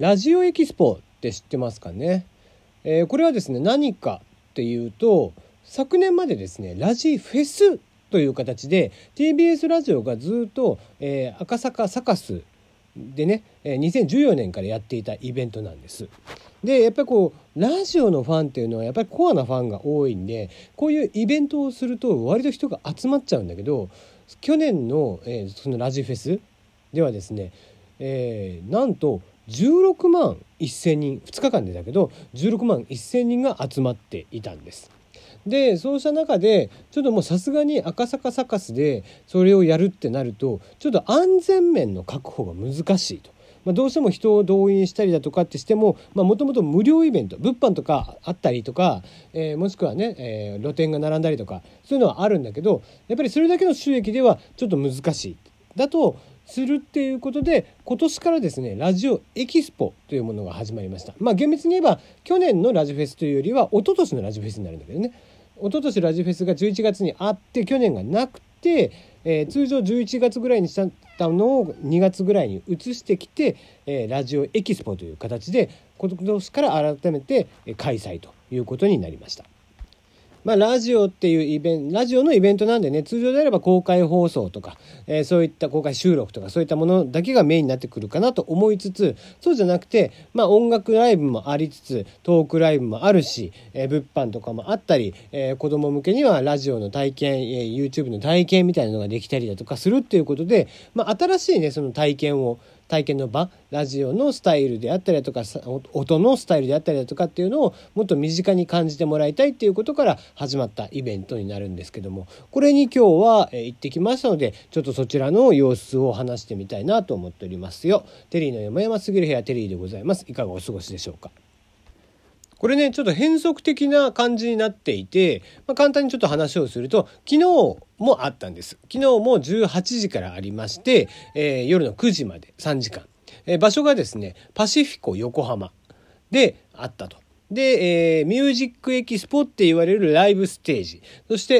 ラジオエキスポって知ってますかね。これはですね何かっていうと、昨年までですねラジフェスという形で TBS ラジオがずっと、赤坂サカスでね2014年からやっていたイベントなんです。でやっぱりこうラジオのファンっていうのはやっぱりコアなファンが多いんで、こういうイベントをすると割と人が集まっちゃうんだけど、去年の、そのラジフェスではですね、なんと16万1000人2日間でだけど16万1000人が集まっていたんです。でそうした中でちょっともうさすがに赤坂サカスでそれをやるってなるとちょっと安全面の確保が難しいと。どうしても人を動員したりだとかってしてももともと無料イベント物販とかあったりとか、もしくはね、露店が並んだりとかそういうのはあるんだけど、やっぱりそれだけの収益ではちょっと難しいだとするっていうことで、今年からですねラジオエキスポというものが始まりました。厳密に言えば去年のラジフェスというよりは一昨年のラジフェスになるんだけどね、一昨年ラジフェスが11月にあって去年がなくて、通常11月ぐらいにしたのを2月ぐらいに移してきて、ラジオエキスポという形で今年から改めて開催ということになりました。ラジオっていうラジオのイベントなんでね、通常であれば公開放送とか、そういった公開収録とかそういったものだけがメインになってくるかなと思いつつ、そうじゃなくて、音楽ライブもありつつトークライブもあるし、物販とかもあったり、子供向けにはラジオの体験、YouTube の体験みたいなのができたりだとかするっていうことで、新しいねその体験の場、ラジオのスタイルであったりだとか音のスタイルであったりだとかっていうのをもっと身近に感じてもらいたいっていうことから始まったイベントになるんですけども、これに今日は行ってきましたので、ちょっとそちらの様子を話してみたいなと思っておりますよ。テリーの山々すぎる部屋、テリーでございます。いかがお過ごしでしょうか。これねちょっと変則的な感じになっていて、簡単にちょっと話をすると、昨日もあったんです。昨日も18時からありまして、夜の9時まで3時間、場所がですねパシフィコ横浜であったと。で、ミュージックエキスポって言われるライブステージ、そして、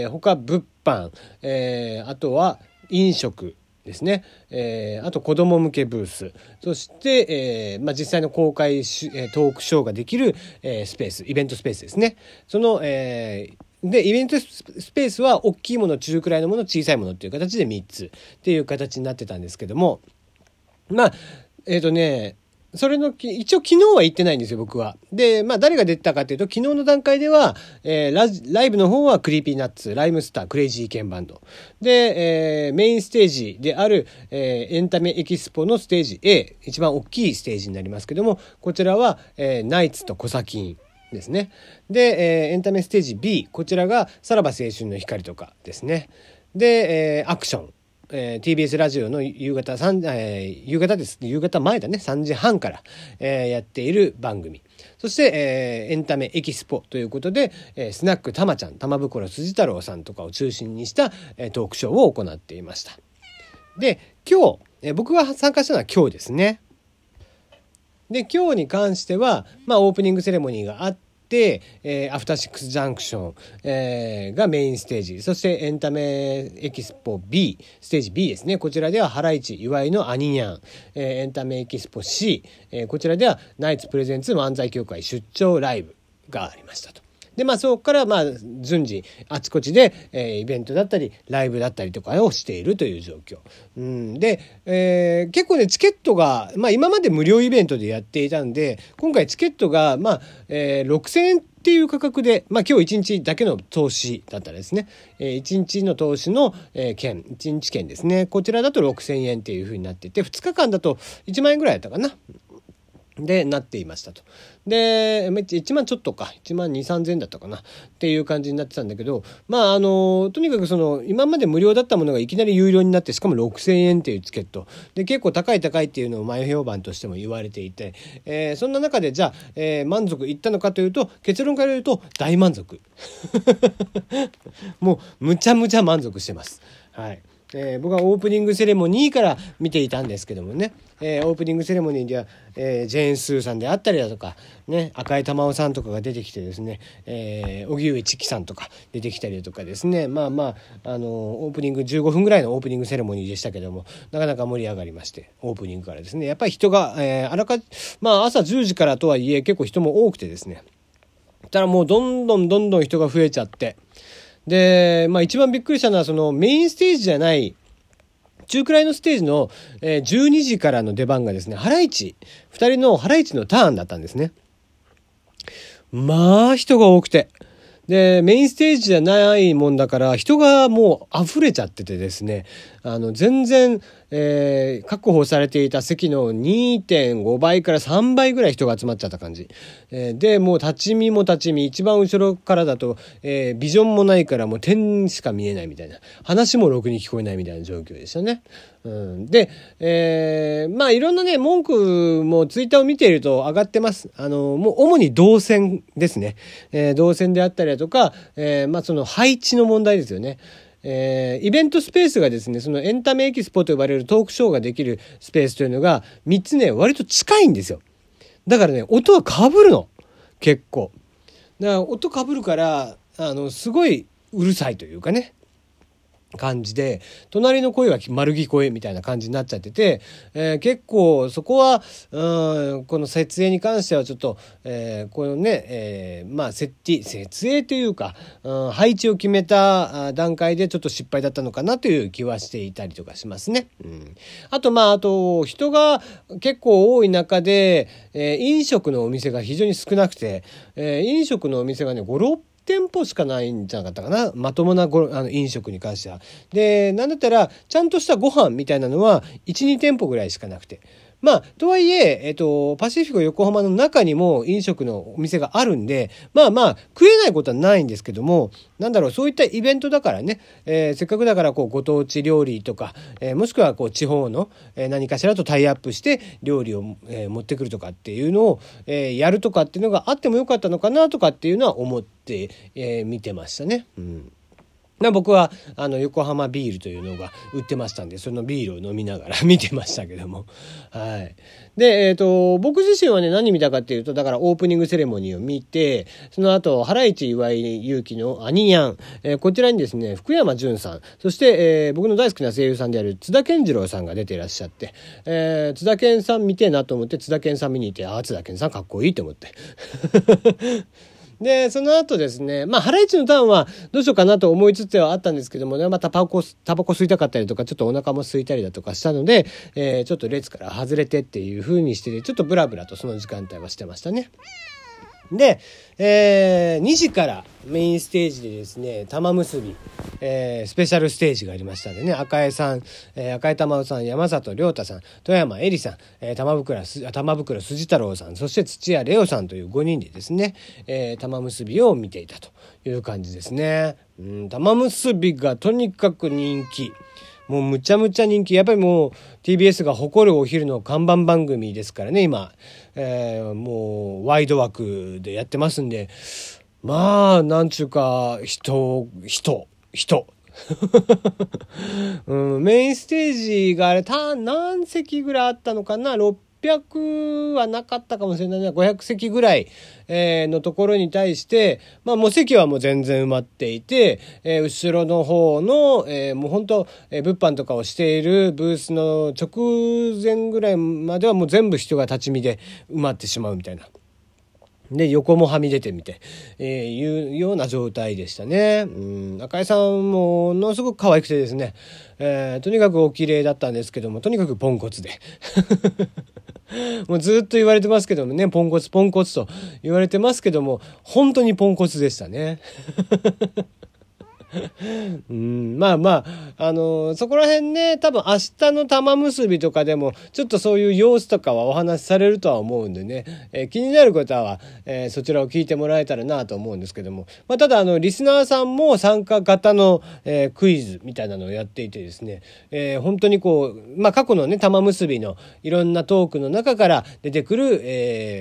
他物販、あとは飲食ですね、あと子供向けブース、そして、実際の公開トークショーができる、スペース、イベントスペースですね。その、でイベントスペースは大きいもの、中くらいのもの、小さいものっていう形で3つっていう形になってたんですけども、それの一応昨日は行ってないんですよ僕は。で誰が出てたかっていうと、昨日の段階では、ライブの方はクリーピーナッツ、ライムスター、クレイジーケンバンドで、メインステージである、エンタメエキスポのステージ A、 一番大きいステージになりますけども、こちらは、ナイツとコサキンですね。で、エンタメステージ B、 こちらがさらば青春の光とかですね。で、アクション、TBS ラジオの夕方前だね、3時半から、やっている番組、そして、エンタメエキスポということで、スナックたまちゃん、玉袋筋太郎さんとかを中心にした、トークショーを行っていました。で今日、僕が参加したのは今日ですね。で今日に関しては、オープニングセレモニーがあって、アフターシックスジャンクション、がメインステージ、そしてエンタメエキスポ B ステージ B ですね。こちらではハライチ岩井のアニニャン、エンタメエキスポ C、こちらではナイツプレゼンツ漫才協会出張ライブがありましたと。でそこから順次あちこちで、イベントだったりライブだったりとかをしているという状況、で、結構ねチケットが、今まで無料イベントでやっていたんで、今回チケットが6000円っていう価格で、今日1日だけの投資だったらですね、1日の投資の、券、1日券ですね、こちらだと6000円っていう風になっていて、2日間だと1万円ぐらいだったかなでなっていましたと。で1万ちょっとか、1万2、3千だったかなっていう感じになってたんだけど、とにかく今まで無料だったものがいきなり有料になって、しかも6000円っていうチケットで結構高いっていうのを前評判としても言われていて、そんな中でじゃあ、満足いったのかというと、結論から言うと大満足もうむちゃむちゃ満足してます。はい。 僕はオープニングセレモニーから見ていたんですけどもね、オープニングセレモニーでは、ジェーン・スーさんであったりだとか、ね、赤井玉緒さんとかが出てきてですね、荻上チキさんとか出てきたりだとかですね、オープニング15分ぐらいのオープニングセレモニーでしたけども、なかなか盛り上がりまして、オープニングからですね、やっぱり人が、朝10時からとはいえ結構人も多くてですね、ただもうどんどん人が増えちゃって、で、一番びっくりしたのはそのメインステージじゃない中くらいのステージの、12時からの出番がですね、2人のハライチのターンだったんですね。まあ人が多くて、でメインステージじゃないもんだから人がもう溢れちゃっててですね、全然、確保されていた席の 2.5 倍から3倍ぐらい人が集まっちゃった感じ、でもう立ち見一番後ろからだと、ビジョンもないからもう点しか見えないみたいな、話もろくに聞こえないみたいな状況でしたね。で、いろんなね文句もツイッターを見ていると上がってます。もう主に動線ですね、動線であったりだとか、その配置の問題ですよね。イベントスペースがですね、そのエンタメエキスポと呼ばれるトークショーができるスペースというのが3つね割と近いんですよ。だからね音は被るの、結構だから音被るからすごいうるさいというかね感じで、隣の声は丸聞こえみたいな感じになっちゃってて、結構そこはこの設営に関してはちょっと、このね、設営というか、配置を決めた段階でちょっと失敗だったのかなという気はしていたりとかしますね。あと人が結構多い中で、飲食のお店が非常に少なくて、飲食のお店がね5、6店舗しかないんじゃなかったかな、まともな飲食に関しては。で、なんだったらちゃんとしたご飯みたいなのは 1,2 店舗ぐらいしかなくて、とはいえパシフィコ横浜の中にも飲食のお店があるんで、食えないことはないんですけども、そういったイベントだからね、せっかくだからご当地料理とか、もしくは地方の、何かしらとタイアップして料理を、持ってくるとかっていうのを、やるとかっていうのがあってもよかったのかなとかっていうのは思って、見てましたね。僕は横浜ビールというのが売ってましたんで、そのビールを飲みながら見てましたけども、はい。で、僕自身はね何見たかっていうと、だからオープニングセレモニーを見て、その後ハライチ岩井勇気のアニヤン、こちらにですね福山潤さん、そして、僕の大好きな声優さんである津田健次郎さんが出ていらっしゃって、津田健さん見てえなと思って津田健さん見に行って、津田健さんかっこいいと思ってでその後ですね、ハライチのターンはどうしようかなと思いつつはあったんですけどもね、タバコ吸いたかったりとか、ちょっとお腹も空いたりだとかしたので、ちょっと列から外れてっていう風にして、ちょっとブラブラとその時間帯はしてましたね。で、2時からメインステージでですね玉結び、スペシャルステージがありましたんでね、赤江さん、赤江玉緒さん、山里亮太さん、富山えりさん、玉袋筋太郎さん、そして土屋レオさんという5人でですね、玉結びを見ていたという感じですね。玉結びがとにかく人気、もうむちゃむちゃ人気。やっぱりもう TBS が誇るお昼の看板番組ですからね今、もうワイド枠でやってますんで、なんちゅうか人メインステージがあれ何席ぐらいあったのかな、600はなかったかもしれないな、500席ぐらい、のところに対して、もう席はもう全然埋まっていて、後ろの方の、もう本当、物販とかをしているブースの直前ぐらいまではもう全部人が立ち見で埋まってしまうみたいな。で横もはみ出てみて、いうような状態でしたね。赤井さんものすごく可愛くてですね、とにかくお綺麗だったんですけども、とにかくポンコツでもうずっと言われてますけどもね、ポンコツと言われてますけども、本当にポンコツでしたねそこら辺ね、多分明日の玉結びとかでもちょっとそういう様子とかはお話しされるとは思うんでね、気になる方は、そちらを聞いてもらえたらなと思うんですけども、ただリスナーさんも参加型の、クイズみたいなのをやっていてですね、本当に過去のね玉結びのいろんなトークの中から出てくる、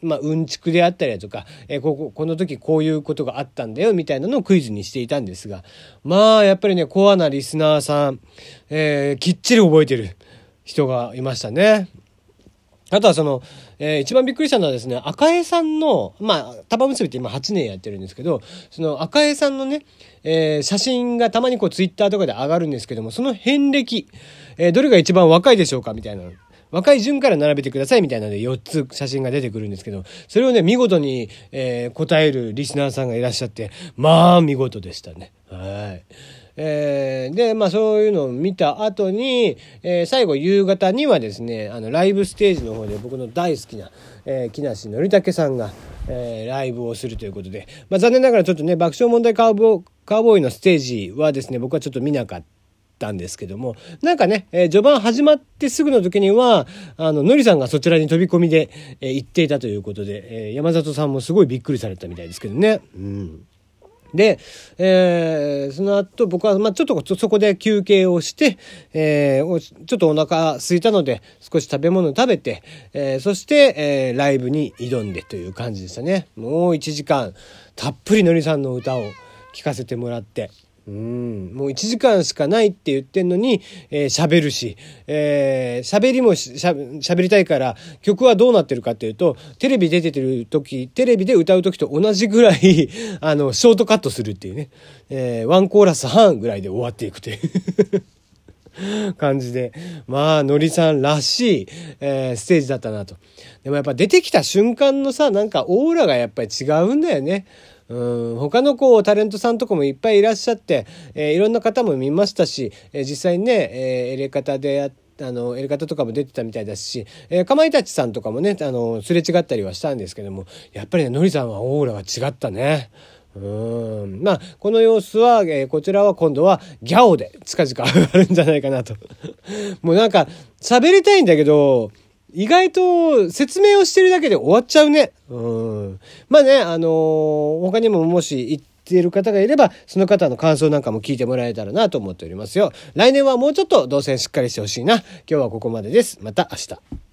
うんちくであったりだとか、この時こういうことがあったんだよみたいなのをクイズにしていたんですが、やっぱりね、コアなリスナーさん、きっちり覚えてる人がいましたね。あとは一番びっくりしたのはですね、赤江さんの、束結びって今8年やってるんですけど、その赤江さんのね、写真がたまにツイッターとかで上がるんですけども、その遍歴、どれが一番若いでしょうかみたいな。若い順から並べてくださいみたいなので4つ写真が出てくるんですけど、それをね、見事に、答えるリスナーさんがいらっしゃって、見事でしたね。はい。で、そういうのを見た後に、最後夕方にはですね、ライブステージの方で僕の大好きな、木梨憲武さんが、ライブをするということで、残念ながらちょっとね、爆笑問題カウボーイのステージはですね、僕はちょっと見なかったんですけども、なんかね、序盤始まってすぐの時にはのりさんがそちらに飛び込みで、行っていたということで、山里さんもすごいびっくりされたみたいですけどね。で、その後僕はちょっとそこで休憩をして、ちょっとお腹空いたので少し食べ物を食べて、そして、ライブに挑んでという感じでしたね。もう1時間たっぷりのりさんの歌を聴かせてもらって、もう1時間しかないって言ってんのに喋るし、喋りも喋りたいから曲はどうなってるかっていうと、テレビで歌う時と同じぐらいショートカットするっていうね、ワンコーラス半ぐらいで終わっていくという感じで、のりさんらしい、ステージだったなと。でもやっぱ出てきた瞬間のさ、なんかオーラがやっぱり違うんだよね。他のタレントさんとかもいっぱいいらっしゃって、いろんな方も見ましたし、実際にね、エレカタとかも出てたみたいだし、かまいたちさんとかもね、すれ違ったりはしたんですけども、やっぱりね、のりさんはオーラが違ったね。この様子は、こちらは今度はギャオで近々上がるんじゃないかなと。もうなんか喋りたいんだけど、意外と説明をしてるだけで終わっちゃうね。他にももし言っている方がいれば、その方の感想なんかも聞いてもらえたらなと思っておりますよ。来年はもうちょっと動線しっかりしてほしいな。今日はここまでです。また明日。